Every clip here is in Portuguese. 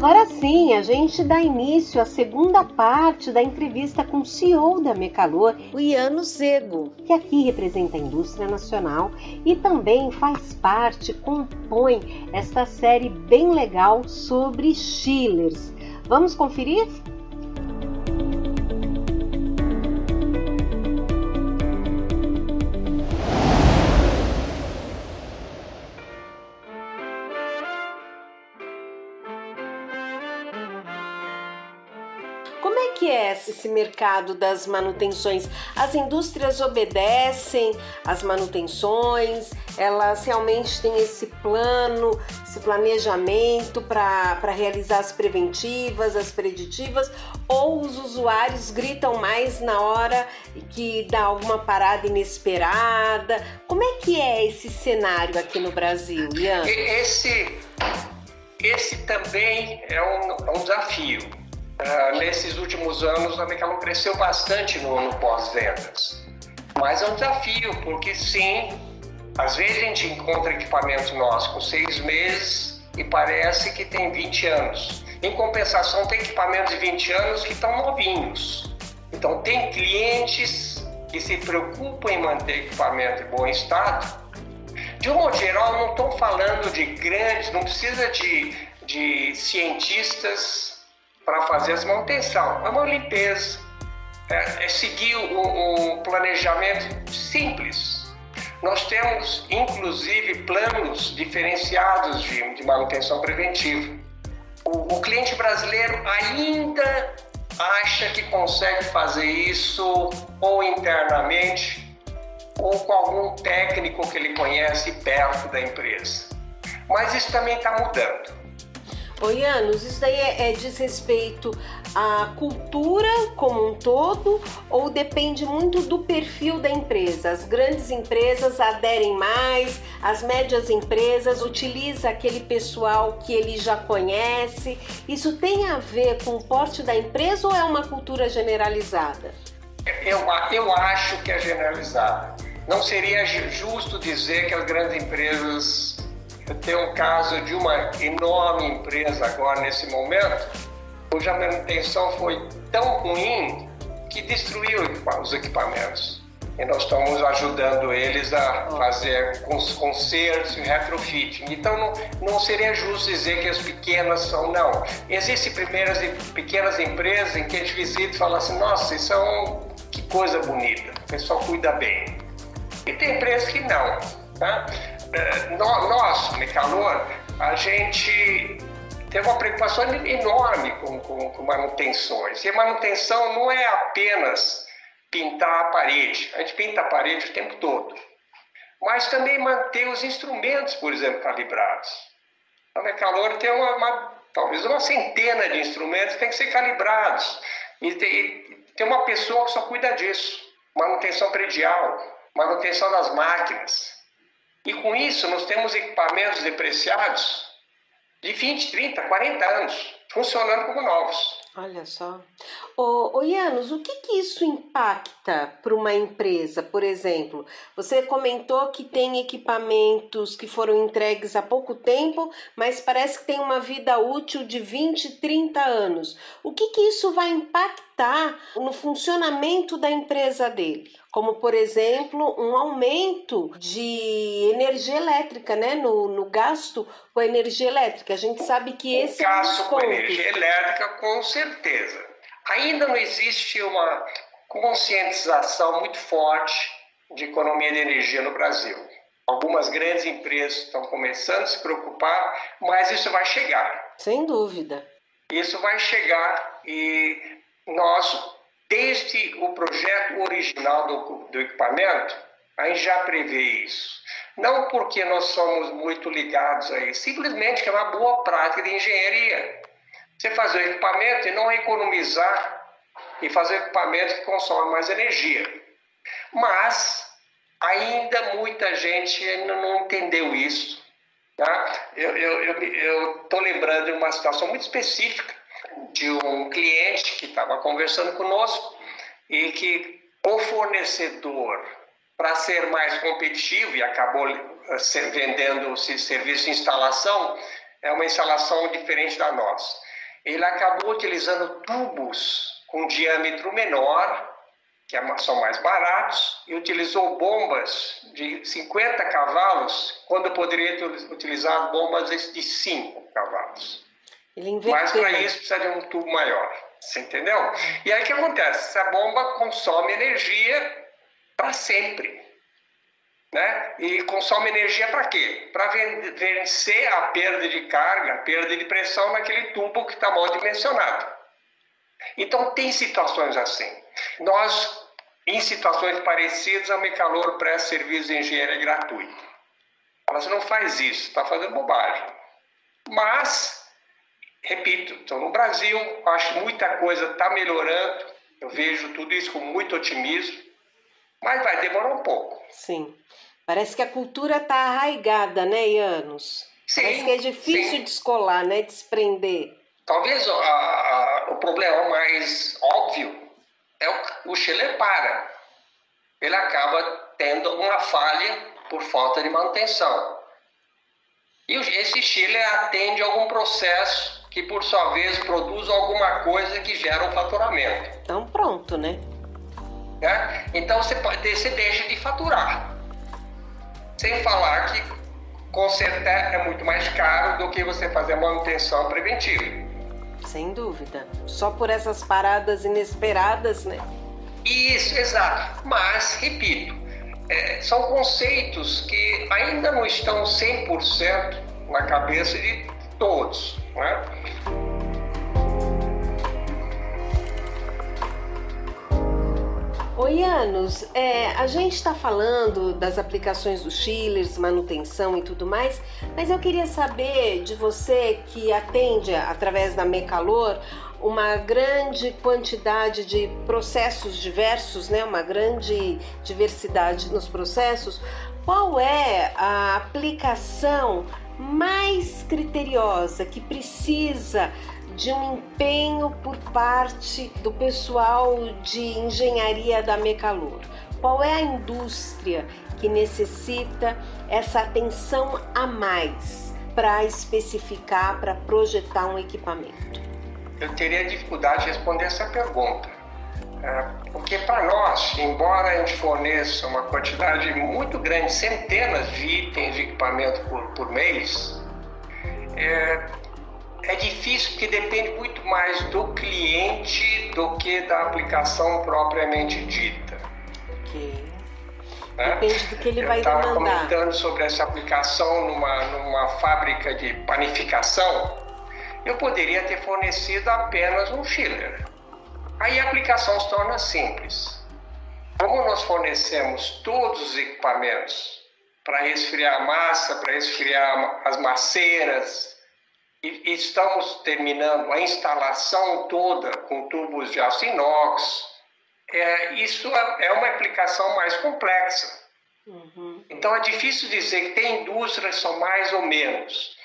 Agora sim, a gente dá início à segunda parte da entrevista com o CEO da Mecalor, o Iano Zego, que aqui representa a indústria nacional e também faz parte, compõe esta série bem legal sobre chillers. Vamos conferir? Como é que é esse mercado das manutenções? As indústrias obedecem às manutenções? Elas realmente têm esse plano, esse planejamento para realizar as preventivas, as preditivas? Ou os usuários gritam mais na hora que dá alguma parada inesperada? Como é que é esse cenário aqui no Brasil, Ian? Esse também é um desafio. Nesses últimos anos a Mecalor cresceu bastante no pós-vendas, mas é um desafio porque sim, às vezes a gente encontra equipamentos nossos com 6 meses e parece que tem 20 anos. Em compensação, tem equipamentos de 20 anos que estão novinhos. Então tem clientes que se preocupam em manter equipamento em bom estado. De um modo geral, não estou falando de grandes, não precisa de cientistas para fazer essa manutenção. É uma limpeza, é seguir o planejamento simples. Nós temos, inclusive, planos diferenciados de manutenção preventiva. O cliente brasileiro ainda acha que consegue fazer isso ou internamente ou com algum técnico que ele conhece perto da empresa. Mas isso também está mudando. Ianos, isso daí diz respeito à cultura como um todo ou depende muito do perfil da empresa? As grandes empresas aderem mais, as médias empresas utilizam aquele pessoal que ele já conhece. Isso tem a ver com o porte da empresa ou é uma cultura generalizada? Eu acho que é generalizada. Não seria justo dizer que as grandes empresas... Eu tenho um caso de uma enorme empresa agora nesse momento, cuja manutenção foi tão ruim que destruiu os equipamentos. E nós estamos ajudando eles a fazer consertos e retrofitting. Então não seria justo dizer que as pequenas são, não. Existem pequenas empresas em que a gente visita e fala assim, nossa, isso que coisa bonita, o pessoal cuida bem. E tem empresas que não, tá? Nós, Mecalor, a gente tem uma preocupação enorme com manutenções. E a manutenção não é apenas pintar a parede. A gente pinta a parede o tempo todo. Mas também manter os instrumentos, por exemplo, calibrados. A Mecalor tem talvez uma centena de instrumentos que tem que ser calibrados. E tem uma pessoa que só cuida disso. Manutenção predial, manutenção das máquinas. E com isso, nós temos equipamentos depreciados de 20, 30, 40 anos, funcionando como novos. Olha só. Ianos, o que isso impacta para uma empresa, por exemplo? Você comentou que tem equipamentos que foram entregues há pouco tempo, mas parece que tem uma vida útil de 20, 30 anos. O que isso vai impactar no funcionamento da empresa dele? Como, por exemplo, um aumento de energia elétrica, né? No gasto com a energia elétrica. A gente sabe que esse é um dos pontos. O gasto com energia elétrica, com certeza. Ainda não existe uma conscientização muito forte de economia de energia no Brasil. Algumas grandes empresas estão começando a se preocupar, mas isso vai chegar. Sem dúvida. Isso vai chegar e nós... Desde o projeto original do equipamento, a gente já prevê isso. Não porque nós somos muito ligados a isso, simplesmente que é uma boa prática de engenharia. Você fazer o equipamento e não economizar e fazer equipamento que consome mais energia. Mas ainda muita gente ainda não entendeu isso. Tá? Eu estou lembrando de uma situação muito específica de um cliente que estava conversando conosco e que o fornecedor, para ser mais competitivo, e acabou vendendo o serviço de instalação, é uma instalação diferente da nossa. ele acabou utilizando tubos com diâmetro menor, que são mais baratos, e utilizou bombas de 50 cavalos, quando poderia ter utilizado bombas de 5 cavalos. Ele inverteu. Mas para isso precisa de um tubo maior, você entendeu? E aí o que acontece? Essa bomba consome energia para sempre, né? E consome energia para quê? Para vencer a perda de carga, a perda de pressão naquele tubo que está mal dimensionado. Então tem situações assim. Nós, em situações parecidas, a Mecalor presta serviço de engenharia gratuita. Você não faz isso, está fazendo bobagem. Mas, repito, então, no Brasil, acho que muita coisa está melhorando. Eu vejo tudo isso com muito otimismo, mas vai demorar um pouco. Sim. Parece que a cultura está arraigada, né, Janus? Sim, parece que é difícil descolar, né, desprender. Talvez o problema mais óbvio é o chiller para. Ele acaba tendo uma falha por falta de manutenção. E esse chiller atende a algum processo que, por sua vez, produz alguma coisa que gera um faturamento. Então pronto, né? Então você deixa de faturar. Sem falar que consertar é muito mais caro do que você fazer manutenção preventiva. Sem dúvida. Só por essas paradas inesperadas, né? Isso, exato. Mas, repito, são conceitos que ainda não estão 100% na cabeça de todos, né? Oi, Janus, a gente está falando das aplicações dos chillers, manutenção e tudo mais, mas eu queria saber de você que atende através da Mecalor uma grande quantidade de processos diversos, né? Uma grande diversidade nos processos. Qual é a aplicação mais criteriosa que precisa de um empenho por parte do pessoal de engenharia da Mecalor? Qual é a indústria que necessita essa atenção a mais para especificar, para projetar um equipamento? Eu teria dificuldade de responder essa pergunta, porque para nós, embora a gente forneça uma quantidade muito grande, centenas de itens de equipamento por mês, é difícil porque depende muito mais do cliente do que da aplicação propriamente dita. Ok. Depende do que ele vai demandar. Eu estava comentando sobre essa aplicação numa fábrica de panificação. Eu poderia ter fornecido apenas um chiller. Aí a aplicação se torna simples. Como nós fornecemos todos os equipamentos para resfriar a massa, para resfriar as maceiras, e estamos terminando a instalação toda com tubos de aço inox, isso é uma aplicação mais complexa. Uhum. Então é difícil dizer que tem indústrias que são mais ou menos.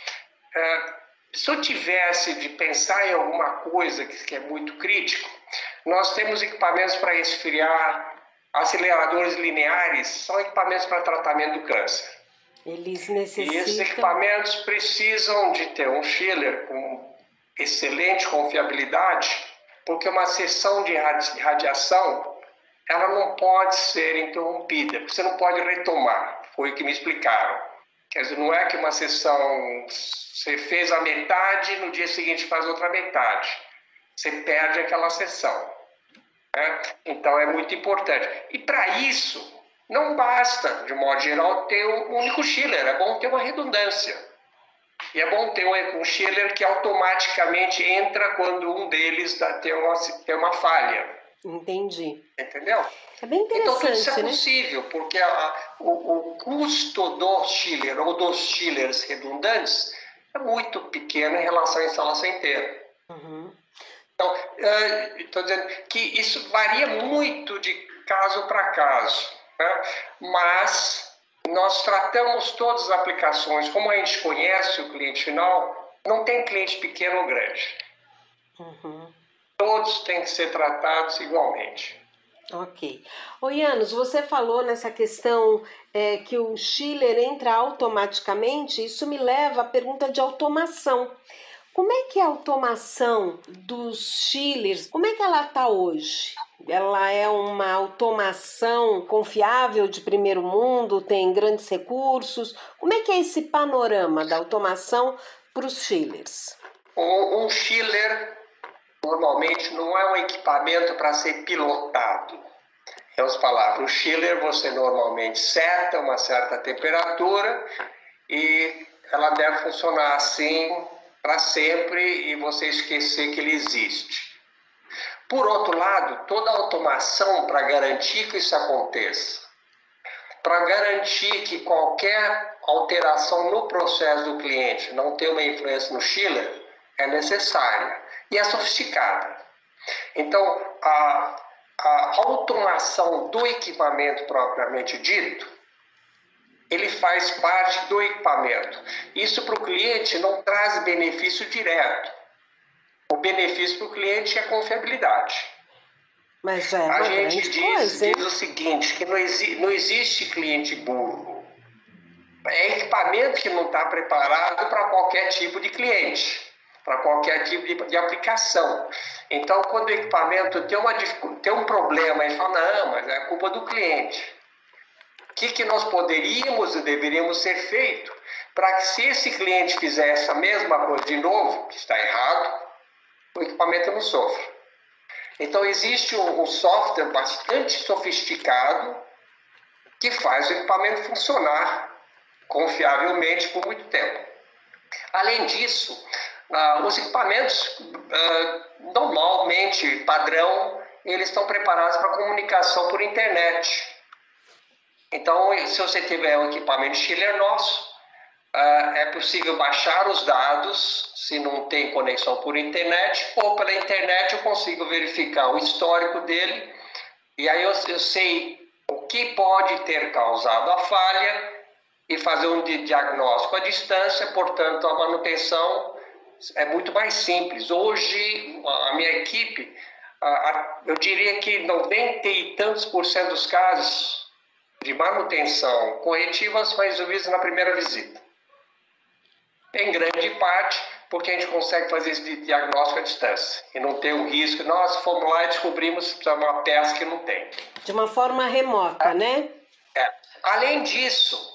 Se eu tivesse de pensar em alguma coisa que é muito crítico, nós temos equipamentos para resfriar, aceleradores lineares, são equipamentos para tratamento do câncer. Eles necessitam... E esses equipamentos precisam de ter um chiller com excelente confiabilidade, porque uma sessão de radiação ela não pode ser interrompida, você não pode retomar, foi o que me explicaram. Quer dizer, não é que uma sessão você fez a metade, no dia seguinte faz outra metade. Você perde aquela sessão. Né? Então é muito importante. E para isso, não basta, de modo geral, ter um único chiller. É bom ter uma redundância. E é bom ter um chiller que automaticamente entra quando um deles tem uma falha. Entendi. Entendeu? É bem interessante, então tudo isso é né? possível, porque o custo do chiller ou dos chillers redundantes é muito pequeno em relação à instalação inteira. Uhum. Então, estou dizendo que isso varia muito de caso para caso, né? Mas nós tratamos todas as aplicações, como a gente conhece o cliente final, não tem cliente pequeno ou grande. Uhum. Todos têm que ser tratados igualmente. Ok. Ô Janus, você falou nessa questão que o chiller entra automaticamente, isso me leva à pergunta de automação. Como é que é a automação dos chillers, como é que ela está hoje? Ela é uma automação confiável de primeiro mundo, tem grandes recursos? Como é que é esse panorama da automação para os chillers? Um chiller normalmente não é um equipamento para ser pilotado. Em outras palavras, o chiller você normalmente seta uma certa temperatura e ela deve funcionar assim para sempre e você esquecer que ele existe. Por outro lado, toda automação para garantir que isso aconteça, para garantir que qualquer alteração no processo do cliente não tenha uma influência no chiller, é necessária e é sofisticada. Então, a automação do equipamento propriamente dito, ele faz parte do equipamento. Isso para o cliente não traz benefício direto. O benefício para o cliente é a confiabilidade. Mas já é uma grande coisa, hein? Diz o seguinte, que não existe cliente burro. É equipamento que não está preparado para qualquer tipo de cliente, para qualquer tipo de aplicação. Então, quando o equipamento tem um problema, ele fala, não, mas é culpa do cliente. O que nós poderíamos e deveríamos ser feito para que, se esse cliente fizer essa mesma coisa de novo, que está errado, o equipamento não sofre. Então, existe um software bastante sofisticado que faz o equipamento funcionar confiavelmente por muito tempo. Além disso, os equipamentos, normalmente, padrão, eles estão preparados para comunicação por internet. Então, se você tiver um equipamento chiller nosso, é possível baixar os dados, se não tem conexão por internet, ou pela internet eu consigo verificar o histórico dele, e aí eu sei o que pode ter causado a falha e fazer um diagnóstico à distância. Portanto, a manutenção é muito mais simples. Hoje, a minha equipe, eu diria que 90 e tantos % dos casos de manutenção corretiva são resolvidos na primeira visita. Em grande parte, porque a gente consegue fazer esse diagnóstico à distância e não ter o risco, nós fomos lá e descobrimos uma peça que não tem. De uma forma remota, né? Além disso,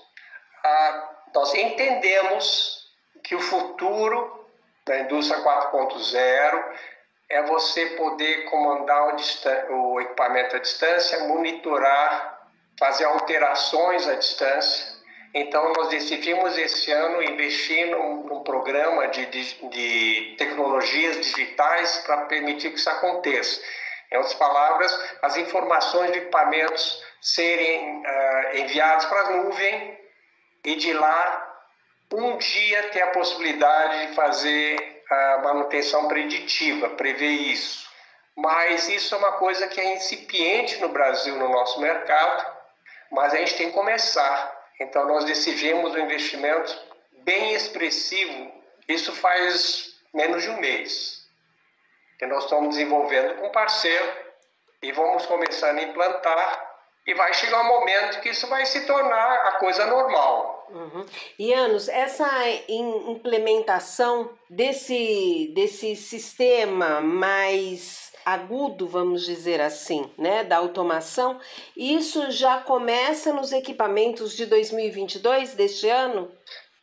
nós entendemos que o futuro da indústria 4.0 é você poder comandar o equipamento à distância, monitorar, fazer alterações à distância. Então, nós decidimos esse ano investir num programa de tecnologias digitais para permitir que isso aconteça. Em outras palavras, as informações de equipamentos serem enviadas para a nuvem e de lá, um dia, ter a possibilidade de fazer a manutenção preditiva, prever isso. Mas isso é uma coisa que é incipiente no Brasil, no nosso mercado, mas a gente tem que começar. Então, nós decidimos um investimento bem expressivo, isso faz menos de um mês, que nós estamos desenvolvendo com um parceiro e vamos começando a implantar, e vai chegar um momento que isso vai se tornar a coisa normal. Uhum. E, Janus, essa implementação desse sistema mais agudo, vamos dizer assim, né, da automação, isso já começa nos equipamentos de 2022, deste ano?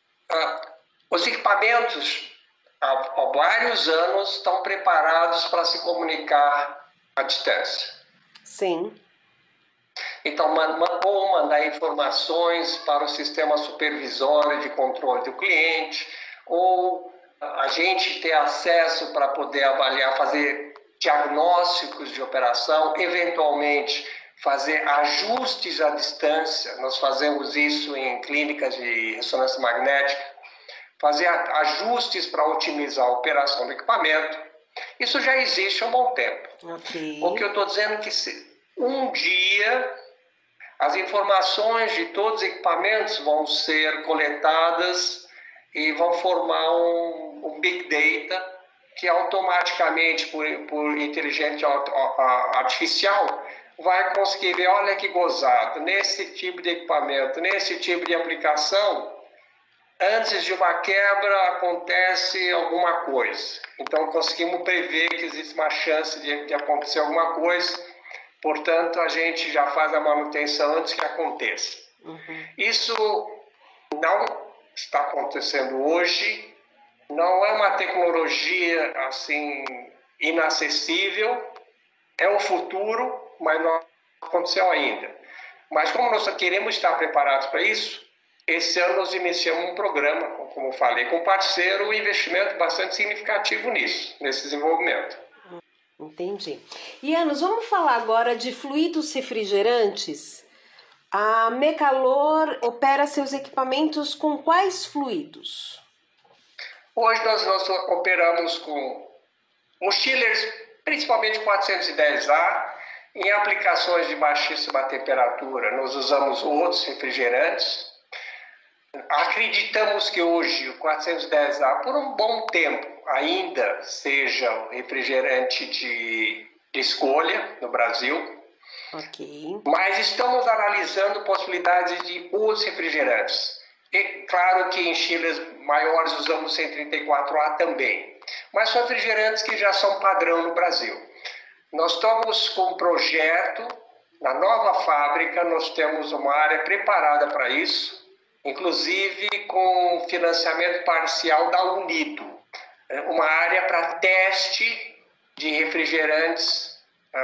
Os equipamentos, há vários anos, estão preparados para se comunicar à distância. Sim. Então, ou mandar informações para o sistema supervisório de controle do cliente, ou a gente ter acesso para poder avaliar, fazer diagnósticos de operação, eventualmente fazer ajustes à distância. Nós fazemos isso em clínicas de ressonância magnética, fazer ajustes para otimizar a operação do equipamento. Isso já existe há um bom tempo. Okay. O que eu estou dizendo é que um dia as informações de todos os equipamentos vão ser coletadas e vão formar um Big Data que automaticamente, por inteligência artificial, vai conseguir ver, olha que gozado, nesse tipo de equipamento, nesse tipo de aplicação, antes de uma quebra acontece alguma coisa. Então conseguimos prever que existe uma chance de acontecer alguma coisa, portanto a gente já faz a manutenção antes que aconteça. Isso não está acontecendo hoje, não é uma tecnologia assim inacessível, é o futuro, mas não aconteceu ainda. Mas como nós queremos estar preparados para isso, esse ano nós iniciamos um programa, como eu falei, com um parceiro, um investimento bastante significativo nesse desenvolvimento. Entendi. Ianos, vamos falar agora de fluidos refrigerantes. A Mecalor opera seus equipamentos com quais fluidos? Hoje nós operamos com os chillers, principalmente 410A, em aplicações de baixíssima temperatura. Nós usamos outros refrigerantes. Acreditamos que hoje o 410A, por um bom tempo, ainda seja o refrigerante de escolha no Brasil. Ok. Mas estamos analisando possibilidades de outros refrigerantes. E claro que em chillers maiores usamos 134A também. Mas são refrigerantes que já são padrão no Brasil. Nós estamos com um projeto, na nova fábrica, nós temos uma área preparada para isso, inclusive com financiamento parcial da Unido, uma área para teste de refrigerantes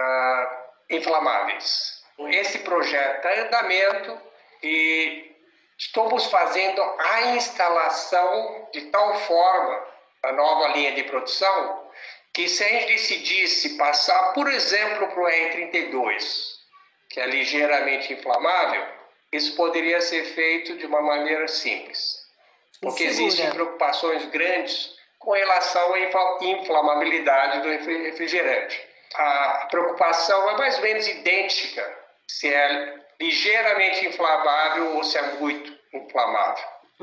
inflamáveis. Esse projeto está em andamento e estamos fazendo a instalação de tal forma a nova linha de produção que se a gente decidisse passar, por exemplo, para o R32, que é ligeiramente inflamável, isso poderia ser feito de uma maneira simples. Porque existem preocupações grandes com relação à inflamabilidade do refrigerante. A preocupação é mais ou menos idêntica se é ligeiramente inflamável ou se é muito inflamável.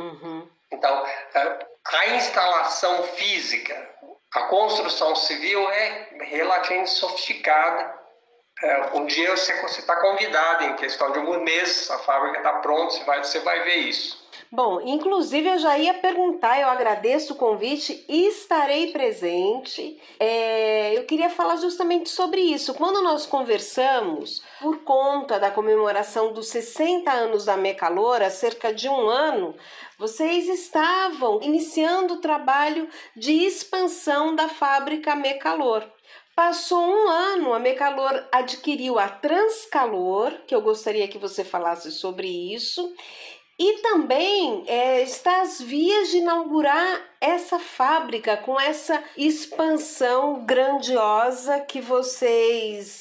Então, a instalação física, a construção civil é relativamente sofisticada. Um dia você está convidado, em questão de alguns meses, a fábrica está pronta, você vai ver isso. Bom, inclusive eu já ia perguntar, eu agradeço o convite e estarei presente. Eu queria falar justamente sobre isso. Quando nós conversamos, por conta da comemoração dos 60 anos da Mecalor, há cerca de um ano, vocês estavam iniciando o trabalho de expansão da fábrica Mecalor. Passou um ano, a Mecalor adquiriu a Transcalor, que eu gostaria que você falasse sobre isso, e também está às vias de inaugurar essa fábrica com essa expansão grandiosa que vocês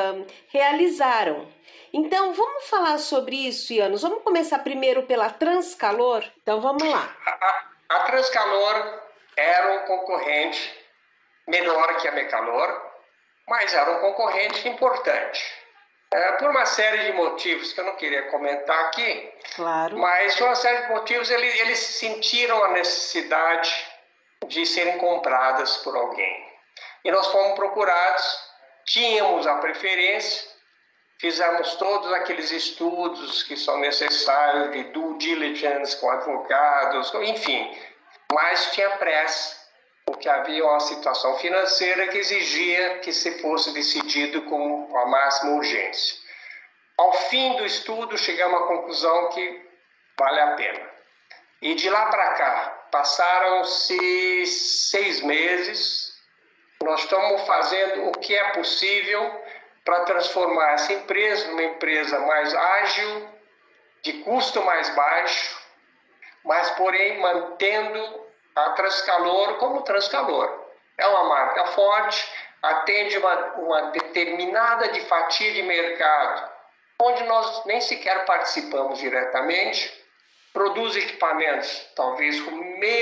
realizaram. Então, vamos falar sobre isso, Ianos. Vamos começar primeiro pela Transcalor? Então, vamos lá. A Transcalor era um concorrente menor que a Mecalor, mas era um concorrente importante. Por uma série de motivos que eu não queria comentar aqui, claro. Mas por uma série de motivos eles sentiram a necessidade de serem compradas por alguém. E nós fomos procurados, tínhamos a preferência, fizemos todos aqueles estudos que são necessários de due diligence com advogados, enfim, mas tinha pressa, porque havia uma situação financeira que exigia que se fosse decidido com a máxima urgência. Ao fim do estudo, chegamos à conclusão que vale a pena. E de lá para cá, passaram-se 6 meses, nós estamos fazendo o que é possível para transformar essa empresa numa empresa mais ágil, de custo mais baixo, mas porém mantendo a Transcalor como Transcalor. É uma marca forte, atende uma determinada fatia de mercado, onde nós nem sequer participamos diretamente, produz equipamentos talvez com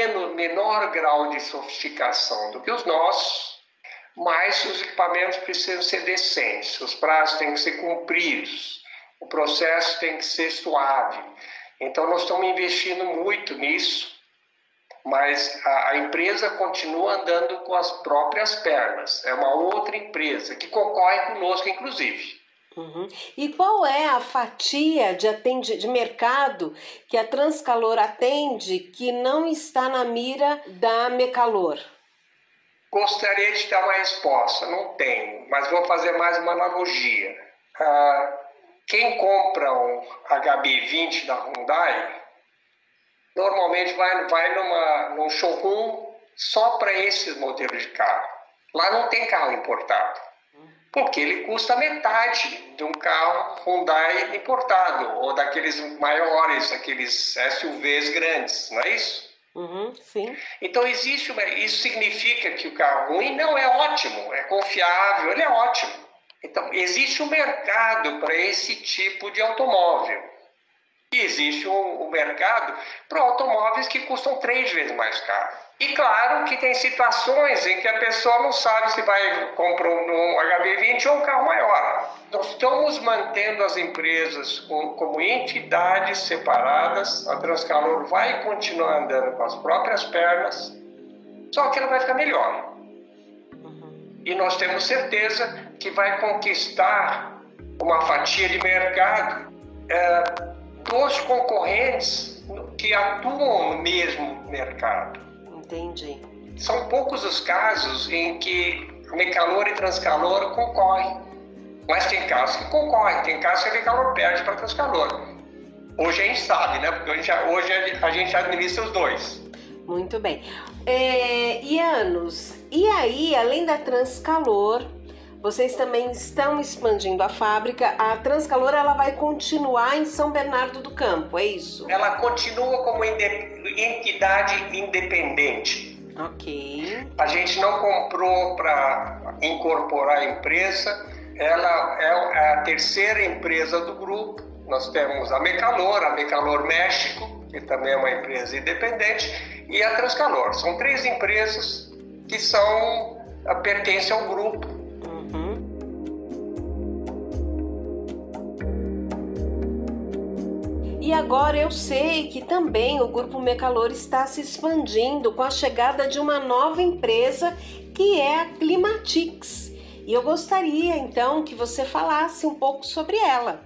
menor grau de sofisticação do que os nossos, mas os equipamentos precisam ser decentes, os prazos têm que ser cumpridos, o processo tem que ser suave. Então nós estamos investindo muito nisso, mas a empresa continua andando com as próprias pernas. É uma outra empresa que concorre conosco, inclusive. Uhum. E qual é a fatia de mercado que a Transcalor atende que não está na mira da Mecalor? Gostaria de dar uma resposta, não tenho, mas vou fazer mais uma analogia. Quem compra um HB20 da Hyundai, normalmente vai num showroom só para esses modelos de carro. Lá não tem carro importado, porque ele custa metade de um carro Hyundai importado, ou daqueles maiores, aqueles SUVs grandes, não é isso? Uhum, sim. Então isso significa que o carro ruim não é ótimo, é confiável, ele é ótimo. Então existe um mercado para esse tipo de automóvel. E existe um mercado para automóveis que custam 3 vezes mais caro. E claro que tem situações em que a pessoa não sabe se vai comprar um HB20 ou um carro maior. Nós estamos mantendo as empresas como entidades separadas. A Transcalor vai continuar andando com as próprias pernas, só que ela vai ficar melhor. E nós temos certeza que vai conquistar uma fatia de mercado dos concorrentes que atuam no mesmo mercado. Entendi. São poucos os casos em que Mecalor e Transcalor concorrem. Mas tem casos que concorrem, tem casos que a Mecalor perde para a Transcalor. Hoje a gente sabe, né? Porque hoje a gente administra os dois. Muito bem. Ianos, e aí, além da Transcalor, vocês também estão expandindo a fábrica. A Transcalor ela vai continuar em São Bernardo do Campo, é isso? Ela continua como entidade independente. Ok. A gente não comprou para incorporar a empresa. Ela é a terceira empresa do grupo. Nós temos a Mecalor México, que também é uma empresa independente, e a Transcalor. São 3 empresas que pertencem ao grupo. E agora eu sei que também o Grupo Mecalor está se expandindo com a chegada de uma nova empresa que é a Climatix. E eu gostaria então que você falasse um pouco sobre ela.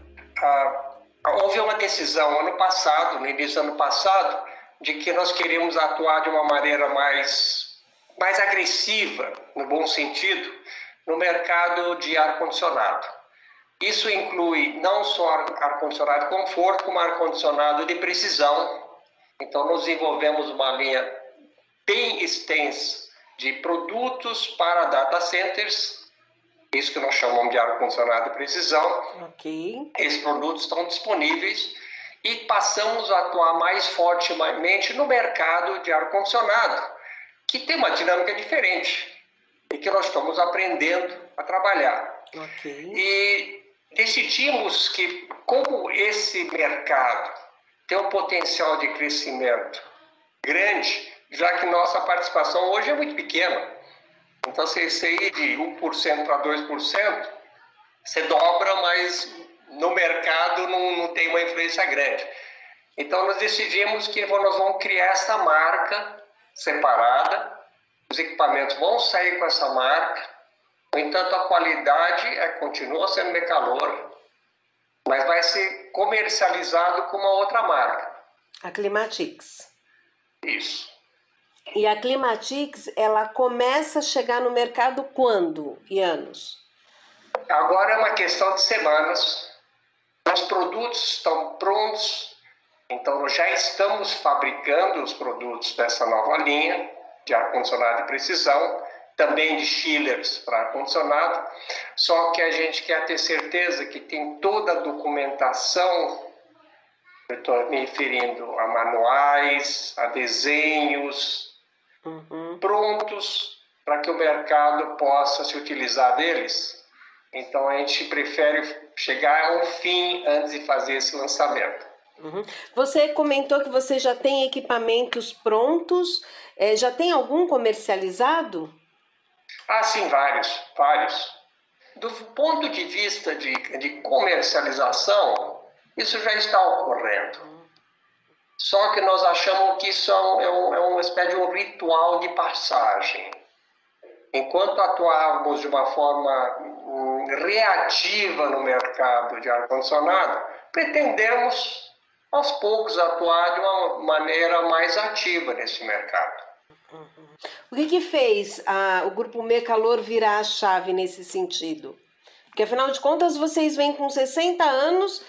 Houve uma decisão no início do ano passado, de que nós queríamos atuar de uma maneira mais agressiva, no bom sentido, no mercado de ar-condicionado. Isso inclui não só ar-condicionado conforto, como ar-condicionado de precisão. Então, nós desenvolvemos uma linha bem extensa de produtos para data centers, isso que nós chamamos de ar-condicionado de precisão. Ok. Esses produtos estão disponíveis e passamos a atuar mais fortemente no mercado de ar-condicionado, que tem uma dinâmica diferente e que nós estamos aprendendo a trabalhar. Ok. E decidimos que, como esse mercado tem um potencial de crescimento grande, já que nossa participação hoje é muito pequena, então se ir de 1% para 2%, você dobra, mas no mercado não tem uma influência grande. Então nós decidimos que nós vamos criar essa marca separada, os equipamentos vão sair com essa marca. No entanto, a qualidade continua sendo Mecalor, mas vai ser comercializado com uma outra marca. A Climatix. Isso. E a Climatix, ela começa a chegar no mercado quando, Ianos? Agora é uma questão de semanas. Os produtos estão prontos, então nós já estamos fabricando os produtos dessa nova linha de ar-condicionado de precisão, também de chillers para ar-condicionado, só que a gente quer ter certeza que tem toda a documentação, eu estou me referindo a manuais, a desenhos, prontos para que o mercado possa se utilizar deles. Então a gente prefere chegar ao fim antes de fazer esse lançamento. Você comentou que você já tem equipamentos prontos, já tem algum comercializado? Sim, vários. Do ponto de vista de comercialização, isso já está ocorrendo. Só que nós achamos que isso é uma espécie de um ritual de passagem. Enquanto atuávamos de uma forma reativa no mercado de ar-condicionado, pretendemos aos poucos atuar de uma maneira mais ativa nesse mercado. O que fez o Grupo Mecalor virar a chave nesse sentido? Porque, afinal de contas, vocês vêm com 60 anos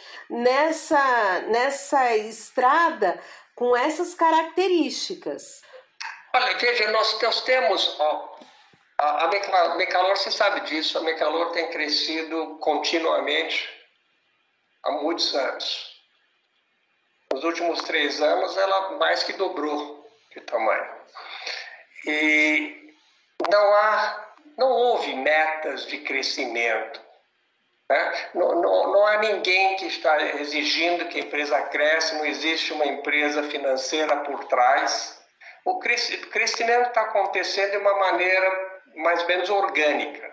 nessa estrada com essas características. Olha, veja, nós temos... A Mecalor, você sabe disso, a Mecalor tem crescido continuamente há muitos anos. Nos últimos 3 anos, ela mais que dobrou de tamanho. E não houve metas de crescimento. Né? Não há ninguém que está exigindo que a empresa cresça, não existe uma empresa financeira por trás. O crescimento está acontecendo de uma maneira mais ou menos orgânica.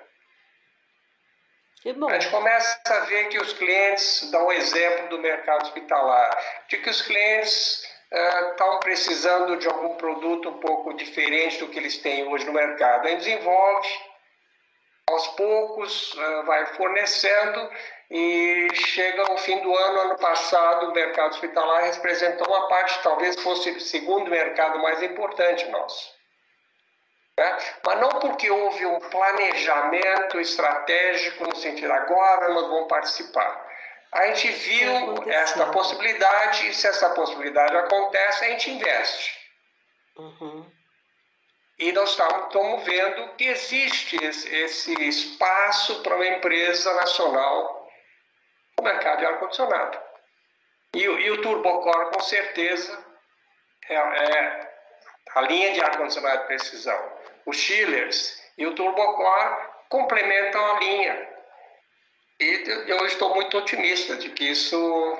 Que bom. A gente começa a ver que os clientes, dão um exemplo do mercado hospitalar, de que os clientes estão precisando de algum produto um pouco diferente do que eles têm hoje no mercado. A gente desenvolve, aos poucos, vai fornecendo e chega ao fim do ano passado, o mercado hospitalar representou uma parte, talvez fosse o segundo mercado mais importante nosso. Né? Mas não porque houve um planejamento estratégico no sentido, agora nós vamos participar. A gente viu esta possibilidade e se essa possibilidade acontece, a gente investe. Uhum. E nós estamos vendo que existe esse espaço para uma empresa nacional no mercado de ar-condicionado. E o Turbocore, com certeza, é a linha de ar-condicionado de precisão. Os chillers e o Turbocore complementam a linha. E eu estou muito otimista de que isso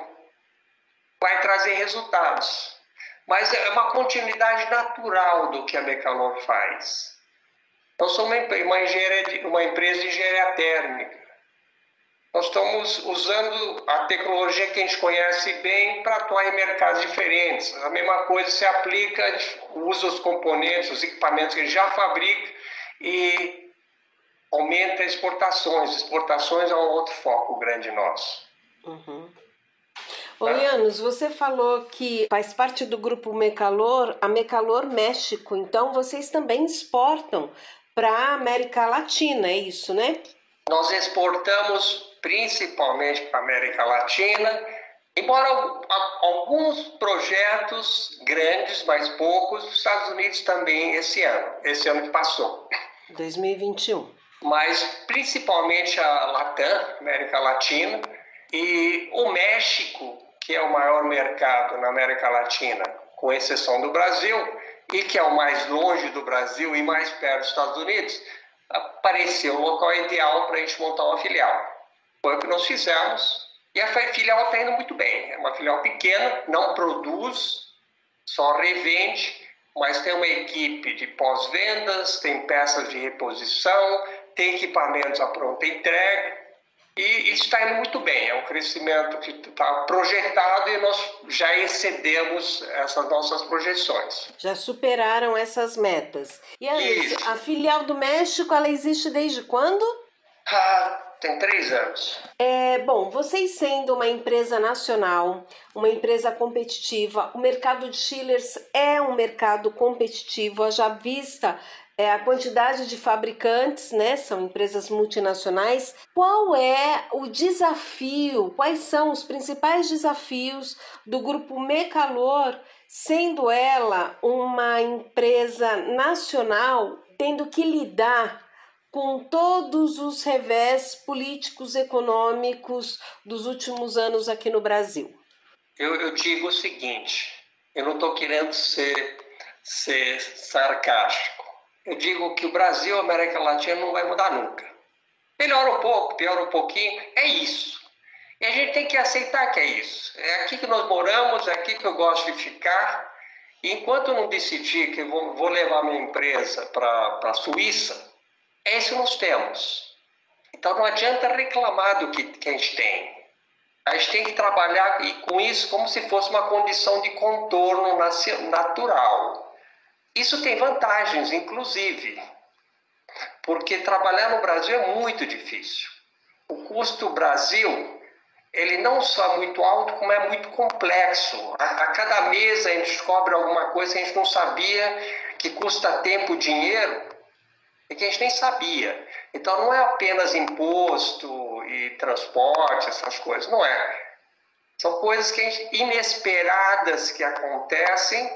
vai trazer resultados. Mas é uma continuidade natural do que a Mecalor faz. Nós somos uma empresa de engenharia térmica. Nós estamos usando a tecnologia que a gente conhece bem para atuar em mercados diferentes. A mesma coisa se aplica, usa os componentes, os equipamentos que a gente já fabrica e aumenta exportações. Exportações é um outro foco grande nosso. Uhum. Ô, Janus, você falou que faz parte do Grupo Mecalor, a Mecalor México, então vocês também exportam para a América Latina, é isso, né? Nós exportamos principalmente para a América Latina, embora alguns projetos grandes, mas poucos, dos Estados Unidos também esse ano que passou. 2021. Mas principalmente a Latam, América Latina, e o México, que é o maior mercado na América Latina, com exceção do Brasil, e que é o mais longe do Brasil e mais perto dos Estados Unidos, pareceu o local ideal para a gente montar uma filial. Foi o que nós fizemos e a filial está indo muito bem. É uma filial pequena, não produz, só revende, mas tem uma equipe de pós-vendas, tem peças de reposição, tem equipamentos à pronta entrega e está indo muito bem. É um crescimento que está projetado e nós já excedemos essas nossas projeções. Já superaram essas metas. E a filial do México, ela existe desde quando? Tem 3 anos. Bom, vocês sendo uma empresa nacional, uma empresa competitiva, o mercado de chillers é um mercado competitivo, já vista a quantidade de fabricantes, né? São empresas multinacionais. Qual é o desafio? Quais são os principais desafios do Grupo Mecalor, sendo ela uma empresa nacional, tendo que lidar com todos os revés políticos, econômicos dos últimos anos aqui no Brasil? Eu digo o seguinte, eu não estou querendo ser sarcástico. Eu digo que o Brasil e a América Latina não vai mudar nunca. Melhora um pouco, piora um pouquinho, é isso. E a gente tem que aceitar que é isso. É aqui que nós moramos, é aqui que eu gosto de ficar. E enquanto eu não decidir que eu vou levar minha empresa para a Suíça, é isso que nós temos. Então não adianta reclamar do que a gente tem. A gente tem que trabalhar com isso como se fosse uma condição de contorno natural. Isso tem vantagens, inclusive, porque trabalhar no Brasil é muito difícil. o custo Brasil, ele não só é muito alto, como é muito complexo. A cada mês a gente descobre alguma coisa que a gente não sabia, que custa tempo, dinheiro, e que a gente nem sabia. Então não é apenas imposto e transporte, essas coisas, não é. São coisas inesperadas que acontecem.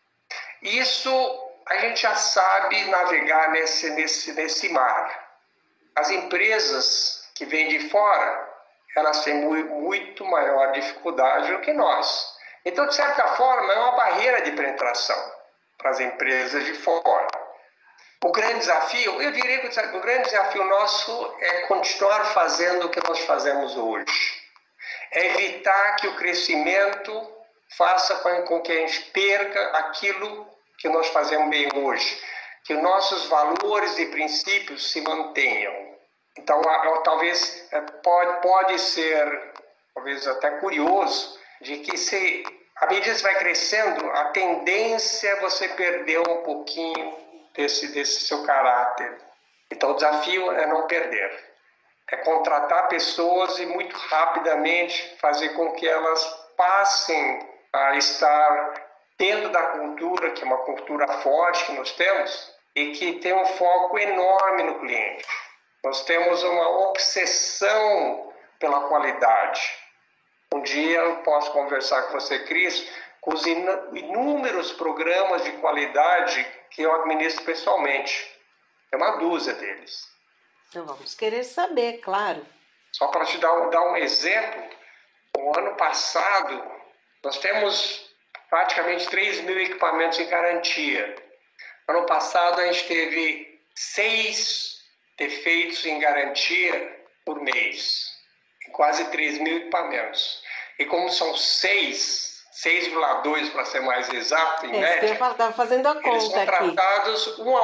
Isso a gente já sabe navegar nesse mar. As empresas que vêm de fora, elas têm muito maior dificuldade do que nós. Então, de certa forma, é uma barreira de penetração para as empresas de fora. O grande desafio, eu diria que o grande desafio nosso é continuar fazendo o que nós fazemos hoje. É evitar que o crescimento faça com que a gente perca aquilo que nós fazemos bem hoje. Que nossos valores e princípios se mantenham. Então, talvez pode ser, talvez até curioso, de que à medida que você vai crescendo, a tendência é você perder um pouquinho desse seu caráter. Então, o desafio é não perder. É contratar pessoas e muito rapidamente fazer com que elas passem a estar dentro da cultura, que é uma cultura forte que nós temos, e que tem um foco enorme no cliente. Nós temos uma obsessão pela qualidade. Um dia eu posso conversar com você, Cris, com os inúmeros programas de qualidade que eu administro pessoalmente. É uma dúzia deles. Então vamos querer saber, claro. Só para te dar um exemplo, no ano passado nós temos praticamente 3.000 equipamentos em garantia. Ano passado a gente teve 6 defeitos em garantia por mês, em quase 3.000 equipamentos. E como são 6,2 para ser mais exato, em média, estava fazendo a conta, eles são tratados um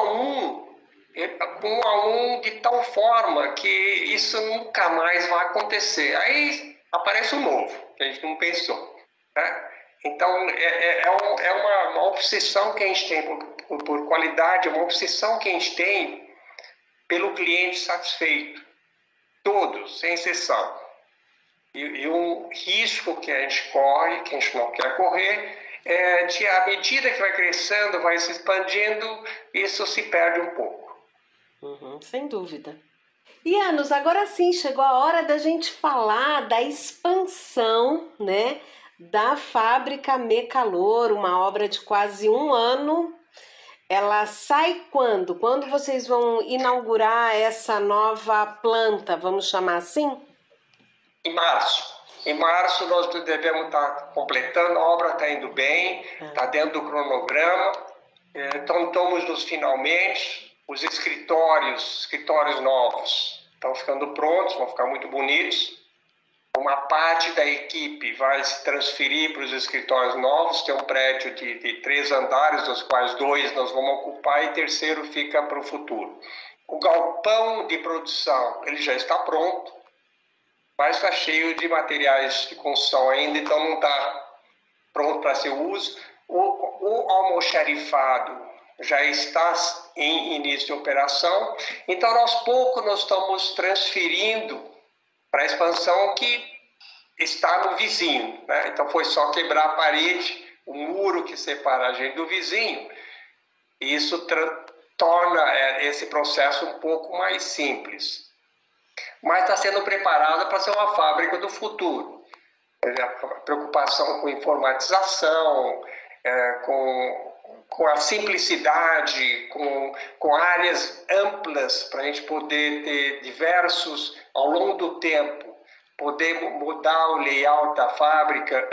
a um de tal forma que isso nunca mais vai acontecer. Aí aparece um novo, que a gente não pensou, né? Então, é uma obsessão que a gente tem por qualidade, é uma obsessão que a gente tem pelo cliente satisfeito. Todos, sem exceção. E um risco que a gente corre, que a gente não quer correr, é de, à medida que vai crescendo, vai se expandindo, isso se perde um pouco. Sem dúvida. Ianos, agora sim, chegou a hora da gente falar da expansão, né, da fábrica Mecalor, uma obra de quase 1 ano. Ela sai quando? Quando vocês vão inaugurar essa nova planta, vamos chamar assim? Em março. Em março nós devemos estar completando, a obra está indo bem, está dentro do cronograma, então estamos nos finalmente. Os escritórios novos estão ficando prontos, vão ficar muito bonitos. Uma parte da equipe vai se transferir para os escritórios novos, tem um prédio de 3 andares, dos quais 2 nós vamos ocupar e 3º fica para o futuro. O galpão de produção ele já está pronto, mas está cheio de materiais de construção ainda, então não está pronto para seu uso. O almoxarifado já está em início de operação, então aos poucos nós estamos transferindo para a expansão que está no vizinho, né? Então foi só quebrar a parede, o muro que separa a gente do vizinho, e isso torna esse processo um pouco mais simples. Mas está sendo preparada para ser uma fábrica do futuro. A preocupação com informatização, com a simplicidade, com áreas amplas para a gente poder ter diversos, ao longo do tempo, poder mudar o layout da fábrica.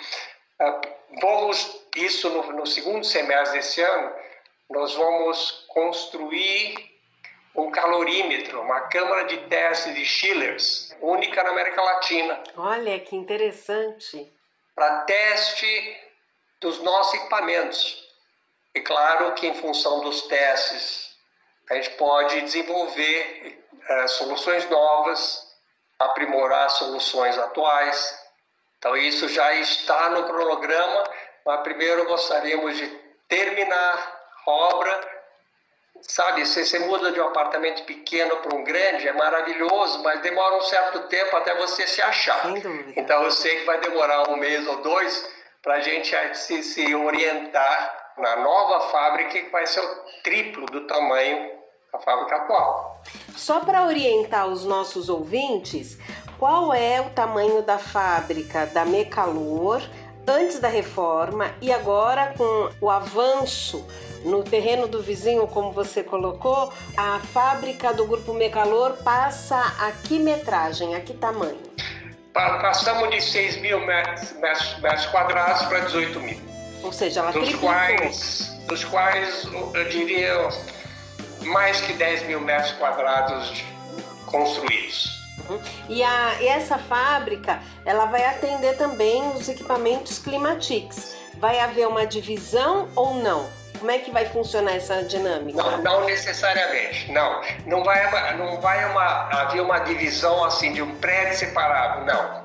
Isso no segundo semestre desse ano, nós vamos construir um calorímetro, uma câmara de teste de chillers, única na América Latina. Olha, que interessante. Para teste dos nossos equipamentos. É claro que em função dos testes, a gente pode desenvolver soluções novas, aprimorar soluções atuais. Então isso já está no cronograma, mas primeiro gostaríamos de terminar a obra Sabe, você muda de um apartamento pequeno para um grande, é maravilhoso, mas demora um certo tempo até você se achar. Sem dúvida. Então eu sei que vai demorar um mês ou dois para a gente se orientar na nova fábrica, que vai ser o triplo do tamanho da fábrica atual. Só para orientar os nossos ouvintes, qual é o tamanho da fábrica da Mecalor antes da reforma e agora com o avanço no terreno do vizinho, como você colocou, a fábrica do Grupo Mecalor passa a que metragem, a que tamanho? Passamos de 6 mil metros quadrados para 18 mil. Ou seja, ela triplicou. Dos quais, eu diria, mais que 10 mil metros quadrados construídos. E essa fábrica, ela vai atender também os equipamentos Climatix. Vai haver uma divisão ou não? Como é que vai funcionar essa dinâmica? Não necessariamente, não. Não vai haver uma divisão assim de um prédio separado, não.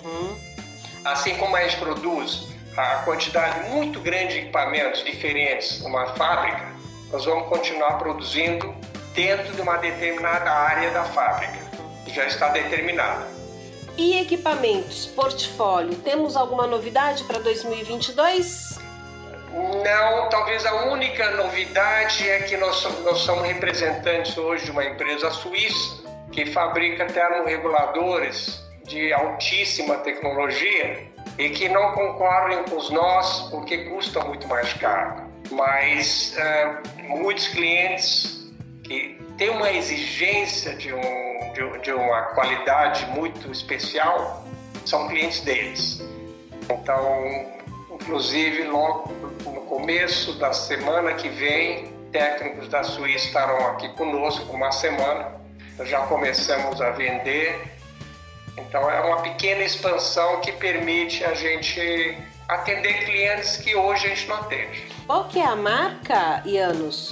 Assim como a gente produz a quantidade muito grande de equipamentos diferentes numa fábrica, nós vamos continuar produzindo dentro de uma determinada área da fábrica, que já está determinada. E equipamentos, portfólio, temos alguma novidade para 2022? Não, talvez a única novidade é que nós somos representantes hoje de uma empresa suíça que fabrica termorreguladores de altíssima tecnologia e que não concorrem com os nossos porque custam muito mais caro. Mas muitos clientes que têm uma exigência de uma qualidade muito especial são clientes deles. Então, inclusive, logo no começo da semana que vem, técnicos da Suíça estarão aqui conosco uma semana. Nós já começamos a vender. Então, é uma pequena expansão que permite a gente atender clientes que hoje a gente não atende. Qual que é a marca, Ianos?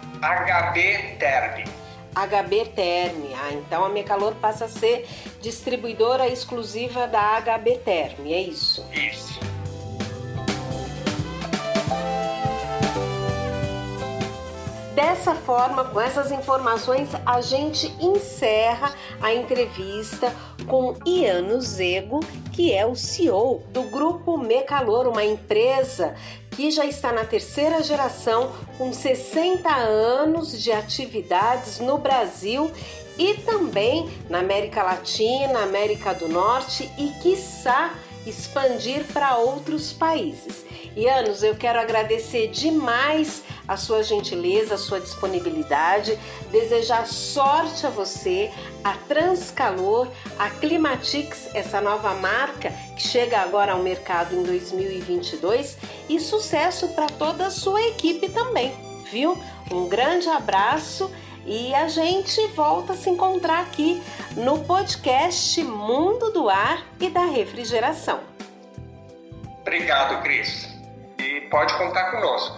HB Term. HB Term. Então a Mecalor passa a ser distribuidora exclusiva da HB Term, é isso? Isso. Dessa forma, com essas informações, a gente encerra a entrevista com Iano Zego, que é o CEO do Grupo Mecalor, uma empresa que já está na terceira geração, com 60 anos de atividades no Brasil e também na América Latina, América do Norte e, quiçá, expandir para outros países. Ianos, eu quero agradecer demais a sua gentileza, a sua disponibilidade, desejar sorte a você, a Transcalor, a Climatix, essa nova marca que chega agora ao mercado em 2022 e sucesso para toda a sua equipe também, viu? Um grande abraço e a gente volta a se encontrar aqui no podcast Mundo do Ar e da Refrigeração. Obrigado, Cris. E pode contar conosco.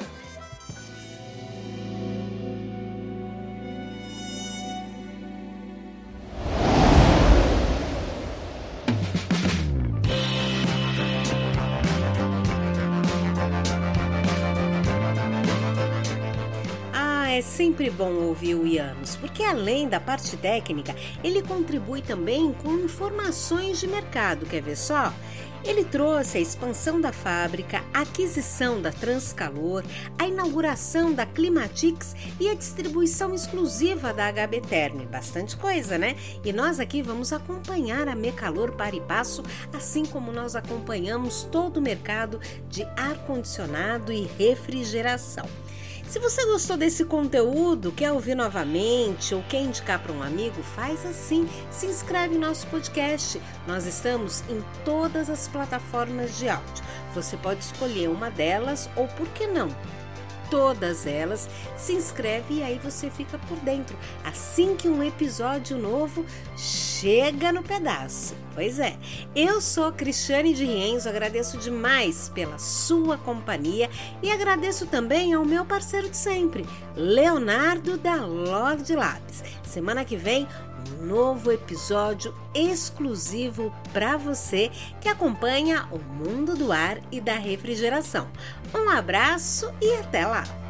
É sempre bom ouvir o Ianos, porque além da parte técnica, ele contribui também com informações de mercado, quer ver só? Ele trouxe a expansão da fábrica, a aquisição da Transcalor, a inauguração da Climatix e a distribuição exclusiva da HB Term. Bastante coisa, né? E nós aqui vamos acompanhar a Mecalor para e passo, assim como nós acompanhamos todo o mercado de ar-condicionado e refrigeração. Se você gostou desse conteúdo, quer ouvir novamente ou quer indicar para um amigo, faz assim, se inscreve no nosso podcast. Nós estamos em todas as plataformas de áudio. Você pode escolher uma delas ou, por que não, todas elas. Se inscreve e aí você fica por dentro. Assim que um episódio novo chega no pedaço. Pois é, eu sou Cristiane de Rienzo, agradeço demais pela sua companhia e agradeço também ao meu parceiro de sempre, Leonardo da Lord Labs. Semana que vem, um novo episódio exclusivo para você que acompanha o mundo do ar e da refrigeração. Um abraço e até lá!